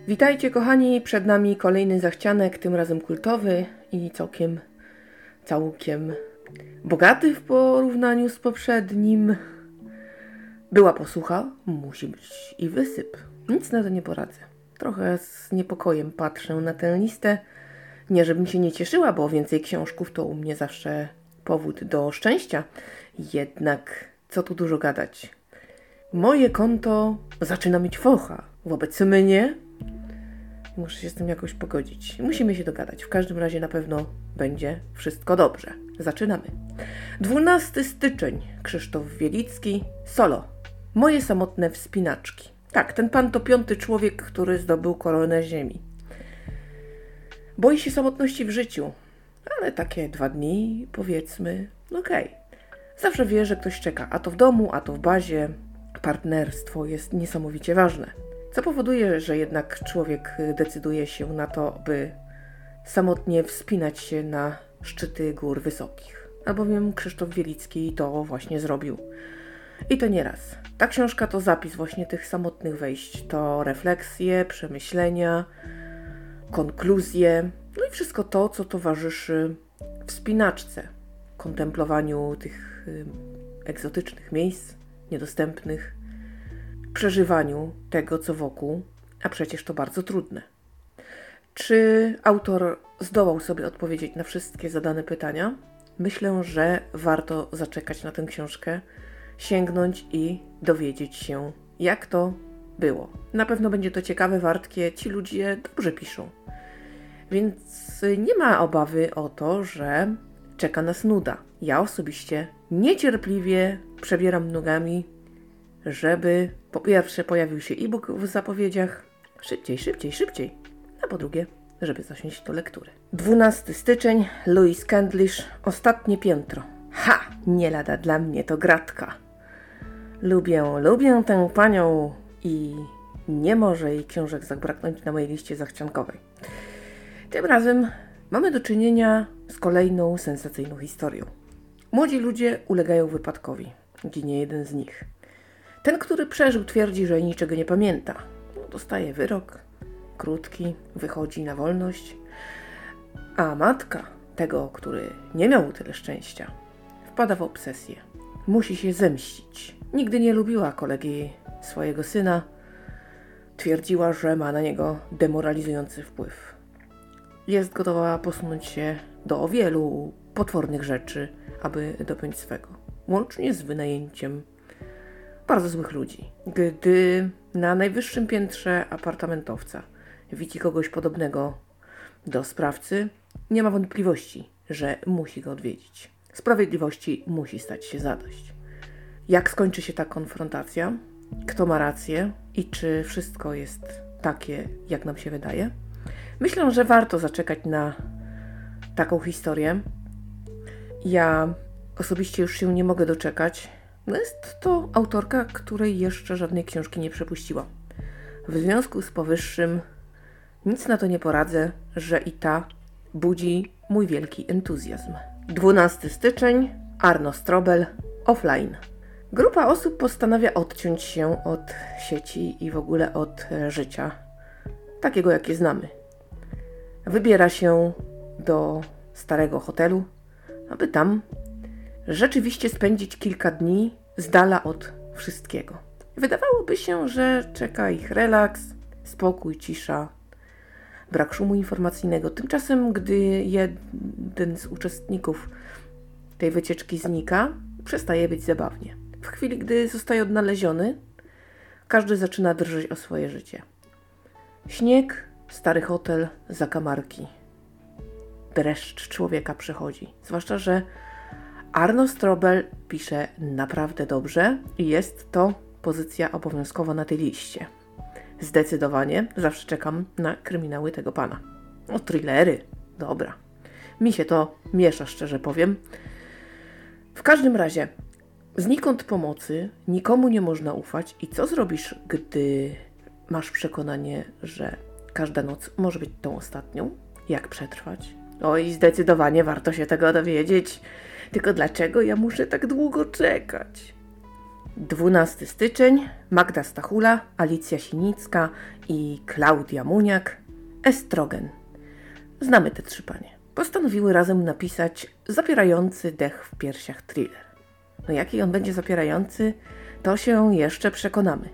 Witajcie kochani, przed nami kolejny zachcianek, tym razem kultowy i całkiem bogaty w porównaniu z poprzednim. Była posłucha, musi być i wysyp. Nic na to nie poradzę. Trochę z niepokojem patrzę na tę listę. Nie, żebym się nie cieszyła, bo więcej książków to u mnie zawsze powód do szczęścia. Jednak, co tu dużo gadać. Moje konto zaczyna mieć focha. Wobec mnie muszę się z tym jakoś pogodzić. Musimy się dogadać. W każdym razie na pewno będzie wszystko dobrze. Zaczynamy. 12 styczeń. Krzysztof Wielicki. Solo. Moje samotne wspinaczki. Tak, ten pan to 5. człowiek, który zdobył koronę ziemi. Boi się samotności w życiu. Ale takie 2 dni, powiedzmy, okej. Zawsze wie, że ktoś czeka. A to w domu, a to w bazie. Partnerstwo jest niesamowicie ważne. Co powoduje, że jednak człowiek decyduje się na to, by samotnie wspinać się na szczyty gór wysokich. Albowiem Krzysztof Wielicki to właśnie zrobił. I to nie raz. Ta książka to zapis właśnie tych samotnych wejść. To refleksje, przemyślenia, konkluzje, no i wszystko to, co towarzyszy wspinaczce, kontemplowaniu tych egzotycznych miejsc, niedostępnych, przeżywaniu tego, co wokół, a przecież to bardzo trudne. Czy autor zdołał sobie odpowiedzieć na wszystkie zadane pytania? Myślę, że warto zaczekać na tę książkę, sięgnąć i dowiedzieć się, jak to było. Na pewno będzie to ciekawe, wartkie, ci ludzie dobrze piszą. Więc nie ma obawy o to, że czeka nas nuda. Ja osobiście niecierpliwie przebieram nogami, żeby po pierwsze pojawił się e-book w zapowiedziach, szybciej, a po drugie, żeby zasiąść do lektury. 12 styczeń, Louise Candlish, Ostatnie piętro. Ha! Nie lada dla mnie to gratka. Lubię tę panią i nie może jej książek zabraknąć na mojej liście zachciankowej. Tym razem mamy do czynienia z kolejną sensacyjną historią. Młodzi ludzie ulegają wypadkowi. Ginie jeden z nich. Ten, który przeżył, twierdzi, że niczego nie pamięta. Dostaje wyrok, krótki, wychodzi na wolność. A matka tego, który nie miał tyle szczęścia, wpada w obsesję. Musi się zemścić. Nigdy nie lubiła kolegi swojego syna. Twierdziła, że ma na niego demoralizujący wpływ. Jest gotowa posunąć się do wielu potwornych rzeczy, aby dopiąć swego. Łącznie z wynajęciem bardzo złych ludzi. Gdy na najwyższym piętrze apartamentowca widzi kogoś podobnego do sprawcy, nie ma wątpliwości, że musi go odwiedzić. Sprawiedliwości musi stać się zadość. Jak skończy się ta konfrontacja? Kto ma rację? I czy wszystko jest takie, jak nam się wydaje? Myślę, że warto zaczekać na taką historię. Ja osobiście już się nie mogę doczekać. Jest to autorka, której jeszcze żadnej książki nie przepuściła. W związku z powyższym nic na to nie poradzę, że i ta budzi mój wielki entuzjazm. 12 styczeń, Arno Strobel, Offline. Grupa osób postanawia odciąć się od sieci i w ogóle od życia, takiego jakie znamy. Wybiera się do starego hotelu, aby tam rzeczywiście spędzić kilka dni z dala od wszystkiego. Wydawałoby się, że czeka ich relaks, spokój, cisza, brak szumu informacyjnego. Tymczasem, gdy jeden z uczestników tej wycieczki znika, przestaje być zabawnie. W chwili, gdy zostaje odnaleziony, każdy zaczyna drżeć o swoje życie. Śnieg, stary hotel, zakamarki. Dreszcz człowieka przechodzi. Zwłaszcza, że Arno Strobel pisze naprawdę dobrze i jest to pozycja obowiązkowa na tej liście. Zdecydowanie zawsze czekam na kryminały tego pana. O, thrillery. Dobra. Mi się to miesza, szczerze powiem. W każdym razie, znikąd pomocy, nikomu nie można ufać i co zrobisz, gdy masz przekonanie, że każda noc może być tą ostatnią? Jak przetrwać? Oj, zdecydowanie warto się tego dowiedzieć. Tylko dlaczego ja muszę tak długo czekać? 12 styczeń, Magda Stachula, Alicja Sinicka i Klaudia Muniak, Estrogen. Znamy te 3 panie. Postanowiły razem napisać zapierający dech w piersiach thriller. No jaki on będzie zapierający, to się jeszcze przekonamy.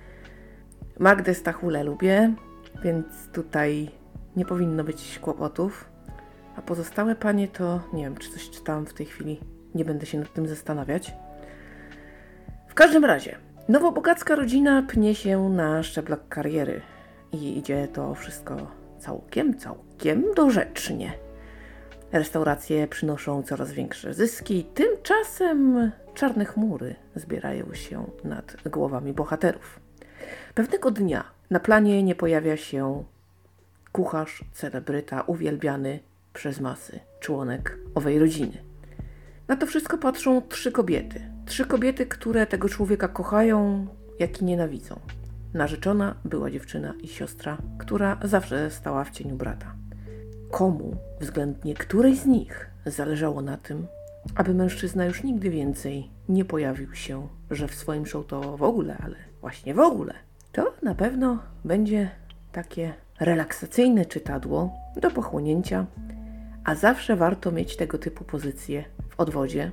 Magdę Stachulę lubię, więc tutaj nie powinno być kłopotów. A pozostałe panie to nie wiem, czy coś czytałam w tej chwili. Nie będę się nad tym zastanawiać. W każdym razie, nowobogacka rodzina pnie się na szczeblach kariery i idzie to wszystko całkiem dorzecznie. Restauracje przynoszą coraz większe zyski, tymczasem czarne chmury zbierają się nad głowami bohaterów. Pewnego dnia na planie nie pojawia się kucharz, celebryta, uwielbiany przez masy, członek owej rodziny. Na to wszystko patrzą 3 kobiety. 3 kobiety, które tego człowieka kochają, jak i nienawidzą. Narzeczona, była dziewczyna i siostra, która zawsze stała w cieniu brata. Komu, względnie której z nich, zależało na tym, aby mężczyzna już nigdy więcej nie pojawił się, że w swoim show to w ogóle, ale właśnie w ogóle. To na pewno będzie takie relaksacyjne czytadło do pochłonięcia, a zawsze warto mieć tego typu pozycje w odwodzie,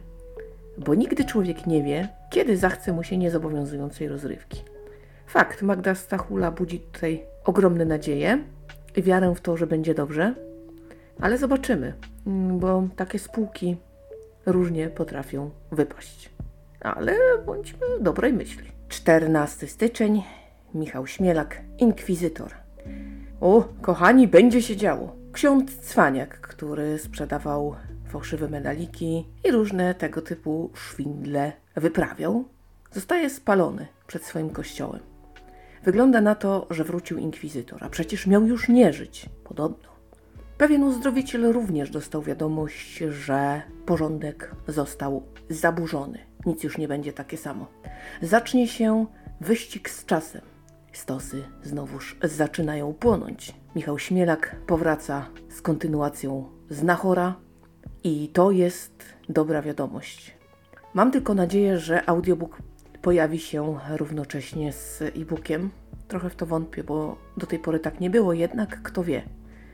bo nigdy człowiek nie wie, kiedy zachce mu się niezobowiązującej rozrywki. Fakt, Magda Stachula budzi tutaj ogromne nadzieje i wiarę w to, że będzie dobrze, ale zobaczymy, bo takie spółki różnie potrafią wypaść. Ale bądźmy dobrej myśli. 14 styczeń, Michał Śmielak, Inkwizytor. O, kochani, będzie się działo. Ksiądz Cwaniak, który sprzedawał fałszywe medaliki i różne tego typu szwindle wyprawiał, zostaje spalony przed swoim kościołem. Wygląda na to, że wrócił inkwizytor, a przecież miał już nie żyć, podobno. Pewien uzdrowiciel również dostał wiadomość, że porządek został zaburzony. Nic już nie będzie takie samo. Zacznie się wyścig z czasem. Stosy znowuż zaczynają płonąć. Michał Śmielak powraca z kontynuacją Znachora i to jest dobra wiadomość. Mam tylko nadzieję, że audiobook pojawi się równocześnie z e-bookiem. Trochę w to wątpię, bo do tej pory tak nie było, jednak kto wie.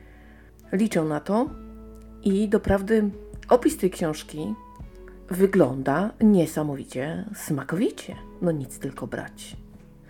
Liczę na to i doprawdy opis tej książki wygląda niesamowicie, smakowicie. No nic tylko brać.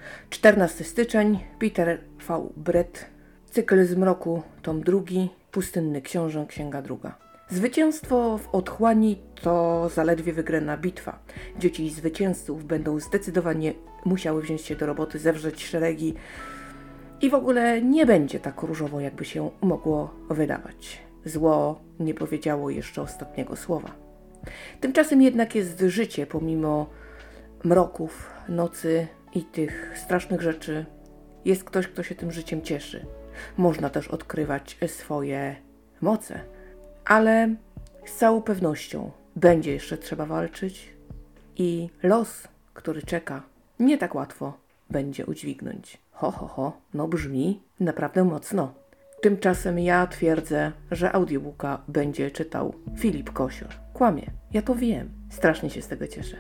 14 styczeń, Peter V. Brett, Cykl Zmroku, tom 2, Pustynny Książę, księga 2. Zwycięstwo w otchłani to zaledwie wygrana bitwa. Dzieci zwycięzców będą zdecydowanie musiały wziąć się do roboty, zewrzeć szeregi i w ogóle nie będzie tak różowo, jakby się mogło wydawać. Zło nie powiedziało jeszcze ostatniego słowa. Tymczasem jednak jest życie, pomimo mroków, nocy i tych strasznych rzeczy. Jest ktoś, kto się tym życiem cieszy. Można też odkrywać swoje moce, ale z całą pewnością będzie jeszcze trzeba walczyć i los, który czeka, nie tak łatwo będzie udźwignąć. No brzmi naprawdę mocno. Tymczasem ja twierdzę, że audiobooka będzie czytał Filip Kosior. Kłamie, ja to wiem. Strasznie się z tego cieszę.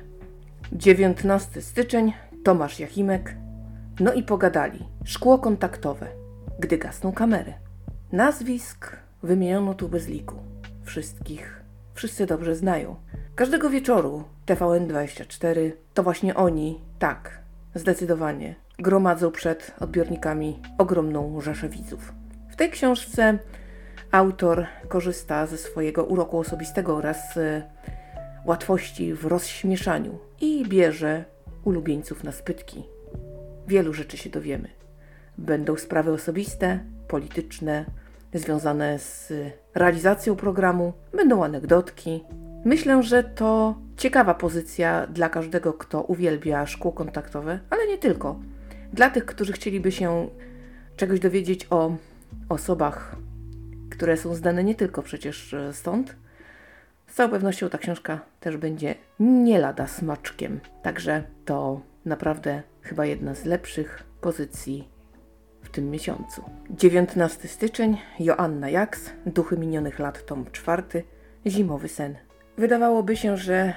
19 styczeń, Tomasz Jachimek. No i pogadali. Szkło kontaktowe, gdy gasną kamery. Nazwisk wymieniono tu bez liku. Wszystkich wszyscy dobrze znają. Każdego wieczoru TVN24 to właśnie oni, tak, zdecydowanie, gromadzą przed odbiornikami ogromną rzeszę widzów. W tej książce autor korzysta ze swojego uroku osobistego oraz łatwości w rozśmieszaniu i bierze ulubieńców na spytki. Wielu rzeczy się dowiemy. Będą sprawy osobiste, polityczne, związane z realizacją programu, będą anegdotki. Myślę, że to ciekawa pozycja dla każdego, kto uwielbia szkło kontaktowe, ale nie tylko. Dla tych, którzy chcieliby się czegoś dowiedzieć o osobach, które są znane nie tylko przecież stąd. Z całą pewnością ta książka też będzie nie lada smaczkiem. Także to naprawdę chyba jedna z lepszych pozycji w tym miesiącu. 19 styczeń, Joanna Jaks, Duchy minionych lat, tom 4, Zimowy sen. Wydawałoby się, że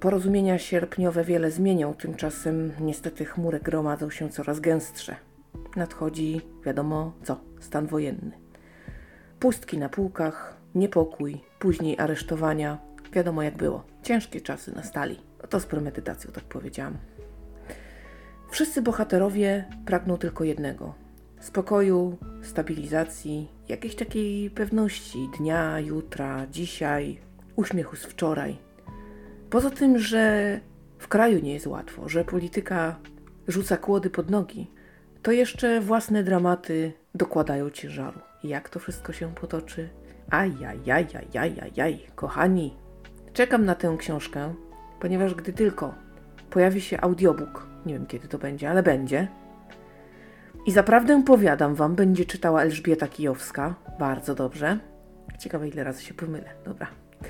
Porozumienia sierpniowe wiele zmienią, tymczasem niestety chmury gromadzą się coraz gęstsze. Nadchodzi, wiadomo co, stan wojenny. Pustki na półkach, niepokój, później aresztowania. Wiadomo jak było. Ciężkie czasy nastali. To z premedytacją tak powiedziałam. Wszyscy bohaterowie pragną tylko jednego. Spokoju, stabilizacji, jakiejś takiej pewności dnia, jutra, dzisiaj, uśmiechu z wczoraj. Poza tym, że w kraju nie jest łatwo, że polityka rzuca kłody pod nogi, to jeszcze własne dramaty dokładają ciężaru. Jak to wszystko się potoczy? Ajajajajajajaj, kochani, czekam na tę książkę, ponieważ gdy tylko pojawi się audiobook, nie wiem kiedy to będzie, ale będzie, i zaprawdę powiadam wam, będzie czytała Elżbieta Kijowska, bardzo dobrze. Ciekawe ile razy się pomylę, dobra.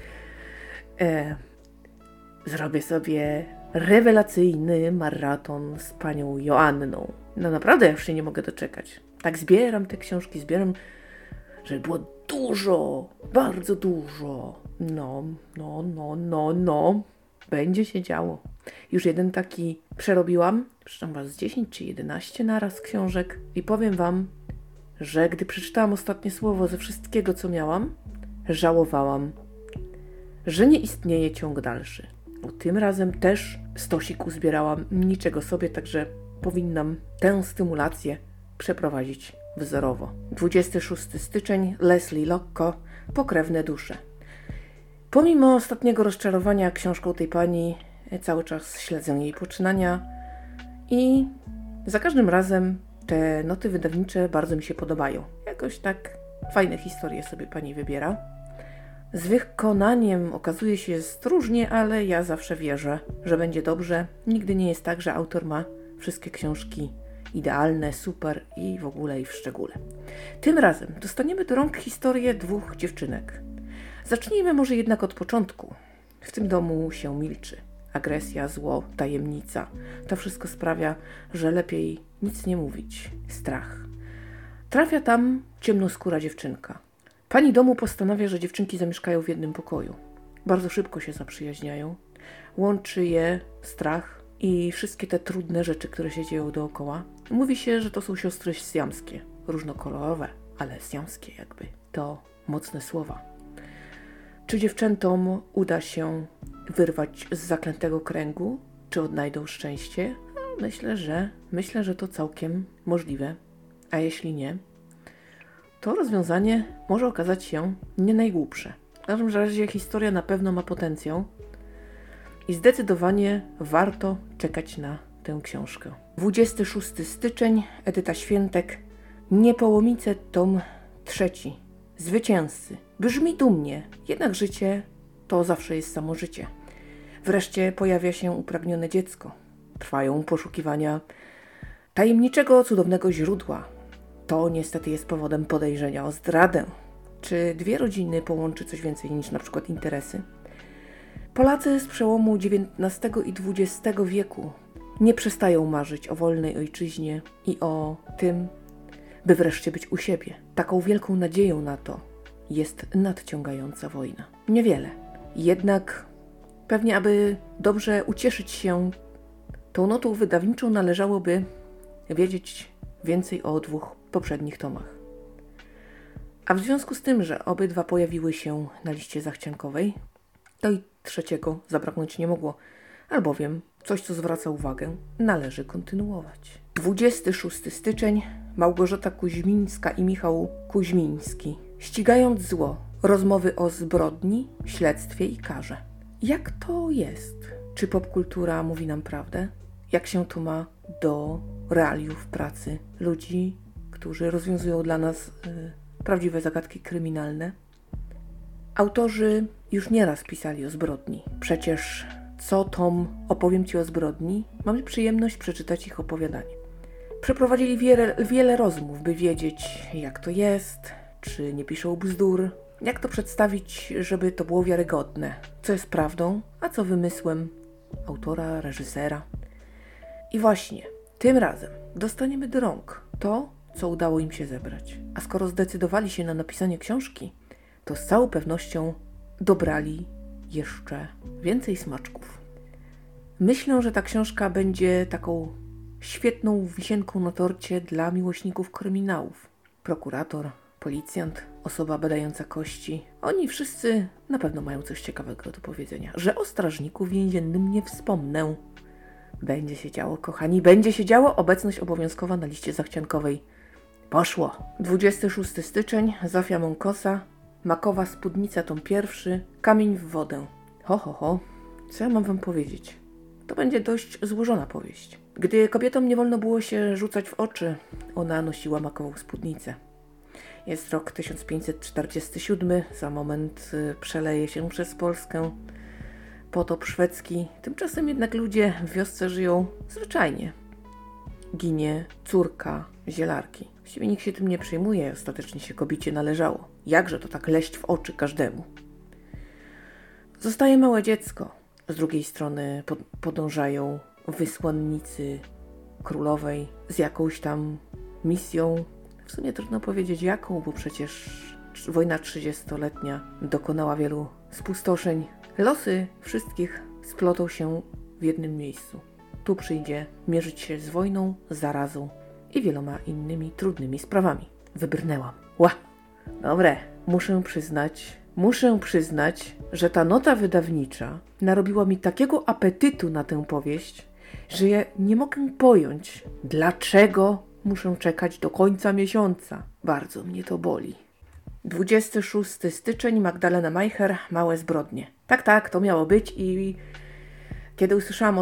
Zrobię sobie rewelacyjny maraton z panią Joanną. No naprawdę ja już się nie mogę doczekać. Tak zbieram te książki, żeby było dużo, bardzo dużo. No. Będzie się działo. Już jeden taki przerobiłam, przeczytam was z 10 czy 11 naraz książek i powiem wam, że gdy przeczytałam ostatnie słowo ze wszystkiego, co miałam, żałowałam, że nie istnieje ciąg dalszy. Bo tym razem też stosik uzbierałam, niczego sobie, także powinnam tę stymulację przeprowadzić wzorowo. 26 styczeń, Leslie Lokko, Pokrewne dusze. Pomimo ostatniego rozczarowania książką tej pani, cały czas śledzę jej poczynania i za każdym razem te noty wydawnicze bardzo mi się podobają. Jakoś tak fajne historie sobie pani wybiera. Z wykonaniem okazuje się jest różnie, ale ja zawsze wierzę, że będzie dobrze. Nigdy nie jest tak, że autor ma wszystkie książki idealne, super i w ogóle i w szczególe. Tym razem dostaniemy do rąk historię dwóch dziewczynek. Zacznijmy może jednak od początku. W tym domu się milczy. Agresja, zło, tajemnica. To wszystko sprawia, że lepiej nic nie mówić. Strach. Trafia tam ciemnoskóra dziewczynka. Pani domu postanawia, że dziewczynki zamieszkają w jednym pokoju. Bardzo szybko się zaprzyjaźniają. Łączy je strach i wszystkie te trudne rzeczy, które się dzieją dookoła. Mówi się, że to są siostry siamskie. Różnokolorowe, ale siamskie jakby. To mocne słowa. Czy dziewczętom uda się wyrwać z zaklętego kręgu? Czy odnajdą szczęście? Myślę, że to całkiem możliwe. A jeśli nie, to rozwiązanie może okazać się nie najgłupsze. W każdym razie historia na pewno ma potencjał i zdecydowanie warto czekać na tę książkę. 26 styczeń, Edyta Świętek, Niepołomice, tom 3. Zwycięzcy. Brzmi dumnie, jednak życie to zawsze jest samo życie. Wreszcie pojawia się upragnione dziecko. Trwają poszukiwania tajemniczego, cudownego źródła. To niestety jest powodem podejrzenia o zdradę. Czy dwie rodziny połączy coś więcej niż na przykład interesy? Polacy z przełomu XIX i XX wieku nie przestają marzyć o wolnej ojczyźnie i o tym, by wreszcie być u siebie. Taką wielką nadzieją na to jest nadciągająca wojna. Niewiele. Jednak pewnie, aby dobrze ucieszyć się tą notą wydawniczą, należałoby wiedzieć więcej o dwóch poprzednich tomach. A w związku z tym, że obydwa pojawiły się na liście zachciankowej, to i trzeciego zabraknąć nie mogło, albowiem coś, co zwraca uwagę, należy kontynuować. 26 styczeń, Małgorzata Kuźmińska i Michał Kuźmiński. Ścigając zło, rozmowy o zbrodni, śledztwie i karze. Jak to jest? Czy popkultura mówi nam prawdę? Jak się to ma do realiów pracy ludzi, którzy rozwiązują dla nas prawdziwe zagadki kryminalne? Autorzy już nieraz pisali o zbrodni. Przecież co tom Opowiem Ci o zbrodni, mamy przyjemność przeczytać ich opowiadanie. Przeprowadzili wiele rozmów, by wiedzieć, jak to jest, czy nie piszą bzdur, jak to przedstawić, żeby to było wiarygodne, co jest prawdą, a co wymysłem autora, reżysera. I właśnie tym razem dostaniemy do rąk to, co udało im się zebrać. A skoro zdecydowali się na napisanie książki, to z całą pewnością dobrali jeszcze więcej smaczków. Myślę, że ta książka będzie taką świetną wisienką na torcie dla miłośników kryminałów. Prokurator, policjant, osoba badająca kości. Oni wszyscy na pewno mają coś ciekawego do powiedzenia. Że o strażniku więziennym nie wspomnę. Będzie się działo, kochani, będzie się działo. Obecność obowiązkowa na liście zachciankowej. Poszło. 26 styczeń, Zofia Mąkosa, Makowa spódnica, tom 1, Kamień w wodę. Ho, ho, ho. Co ja mam wam powiedzieć? To będzie dość złożona powieść. Gdy kobietom nie wolno było się rzucać w oczy, ona nosiła makową spódnicę. Jest rok 1547, za moment przeleje się przez Polskę potop szwedzki. Tymczasem jednak ludzie w wiosce żyją zwyczajnie. Ginie córka zielarki. Właściwie nikt się tym nie przejmuje, ostatecznie się kobiecie należało. Jakże to tak leść w oczy każdemu? Zostaje małe dziecko. Z drugiej strony podążają wysłannicy królowej z jakąś tam misją. W sumie trudno powiedzieć jaką, bo przecież wojna 30-letnia dokonała wielu spustoszeń. Losy wszystkich splotą się w jednym miejscu. Tu przyjdzie mierzyć się z wojną, zarazą i wieloma innymi trudnymi sprawami. Wybrnęłam. Dobre, muszę przyznać, że ta nota wydawnicza narobiła mi takiego apetytu na tę powieść, że ja nie mogę pojąć, dlaczego muszę czekać do końca miesiąca. Bardzo mnie to boli. 26 styczeń, Magdalena Majcher, Małe zbrodnie. Tak, to miało być i kiedy usłyszałam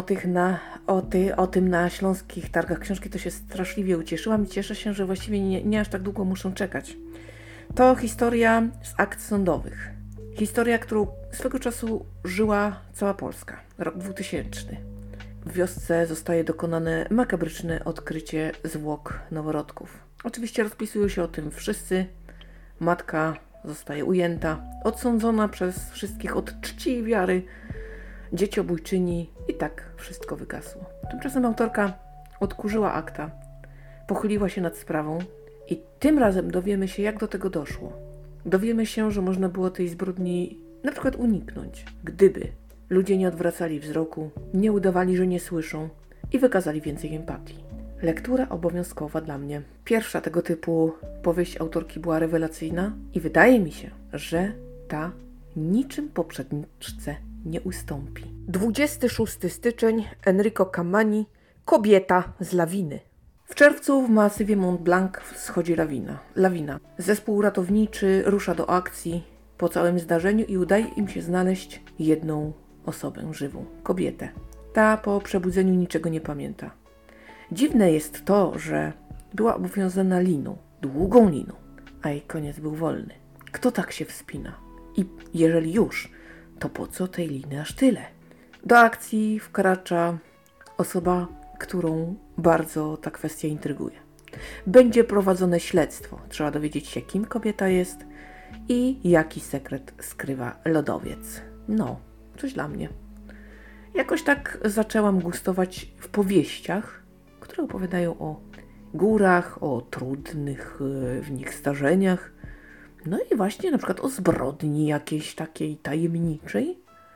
o tym na śląskich targach książki, to się straszliwie ucieszyłam i cieszę się, że właściwie nie aż tak długo muszę czekać. To historia z akt sądowych. Historia, którą swego czasu żyła cała Polska. Rok 2000. W wiosce zostaje dokonane makabryczne odkrycie zwłok noworodków. Oczywiście rozpisują się o tym wszyscy. Matka zostaje ujęta, odsądzona przez wszystkich od czci i wiary, dzieciobójczyni i tak wszystko wygasło. Tymczasem autorka odkurzyła akta, pochyliła się nad sprawą i tym razem dowiemy się, jak do tego doszło. Dowiemy się, że można było tej zbrodni na przykład uniknąć, gdyby ludzie nie odwracali wzroku, nie udawali, że nie słyszą i wykazali więcej empatii. Lektura obowiązkowa dla mnie. Pierwsza tego typu powieść autorki była rewelacyjna i wydaje mi się, że ta niczym poprzedniczce nie ustąpi. 26 styczeń, Enrico Cammani, Kobieta z lawiny. W czerwcu w masywie Mont Blanc schodzi lawina. Zespół ratowniczy rusza do akcji po całym zdarzeniu i udaje im się znaleźć jedną osobę żywą, kobietę. Ta po przebudzeniu niczego nie pamięta. Dziwne jest to, że była obowiązana liną, długą liną, a jej koniec był wolny. Kto tak się wspina? I jeżeli już, to po co tej liny aż tyle? Do akcji wkracza osoba, którą bardzo ta kwestia intryguje. Będzie prowadzone śledztwo. Trzeba dowiedzieć się, kim kobieta jest i jaki sekret skrywa lodowiec. No, coś dla mnie. Jakoś tak zaczęłam gustować w powieściach, które opowiadają o górach, o trudnych w nich zdarzeniach. No i właśnie na przykład o zbrodni jakiejś takiej tajemniczej,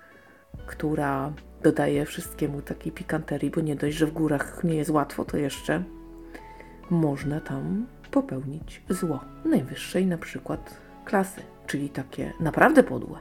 która dodaje wszystkiemu takiej pikanterii, bo nie dość, że w górach nie jest łatwo, to jeszcze można tam popełnić zło. Najwyższej na przykład klasy, czyli takie naprawdę podłe.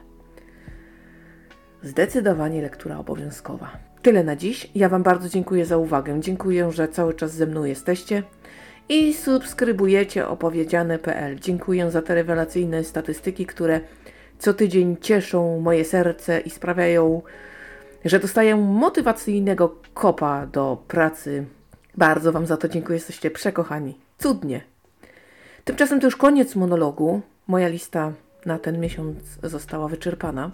Zdecydowanie lektura obowiązkowa. Tyle na dziś. Ja Wam bardzo dziękuję za uwagę. Dziękuję, że cały czas ze mną jesteście i subskrybujecie opowiedziane.pl. Dziękuję za te rewelacyjne statystyki, które co tydzień cieszą moje serce i sprawiają, że dostaję motywacyjnego kopa do pracy. Bardzo Wam za to dziękuję, jesteście przekochani. Cudnie. Tymczasem to już koniec monologu. Moja lista na ten miesiąc została wyczerpana.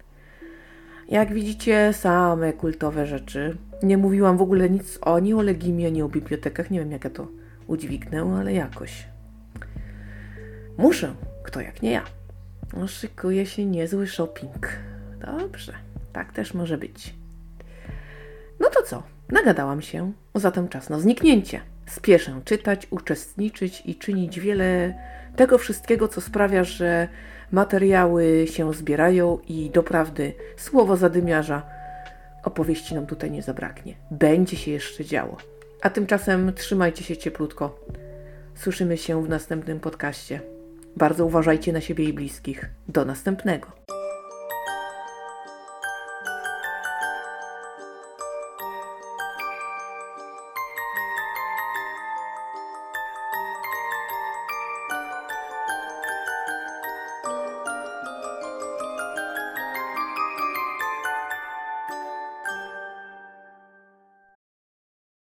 Jak widzicie, same kultowe rzeczy. Nie mówiłam w ogóle nic ani o Legimie, ani o bibliotekach. Nie wiem, jak ja to udźwignę, ale jakoś. Muszę, kto jak nie ja. Szykuje się niezły shopping. Dobrze, tak też może być. No to co? Nagadałam się, zatem czas na zniknięcie. Spieszę czytać, uczestniczyć i czynić wiele tego wszystkiego, co sprawia, że materiały się zbierają i doprawdy słowo zadymiarza opowieści nam tutaj nie zabraknie. Będzie się jeszcze działo. A tymczasem trzymajcie się cieplutko. Słyszymy się w następnym podcaście. Bardzo uważajcie na siebie i bliskich. Do następnego.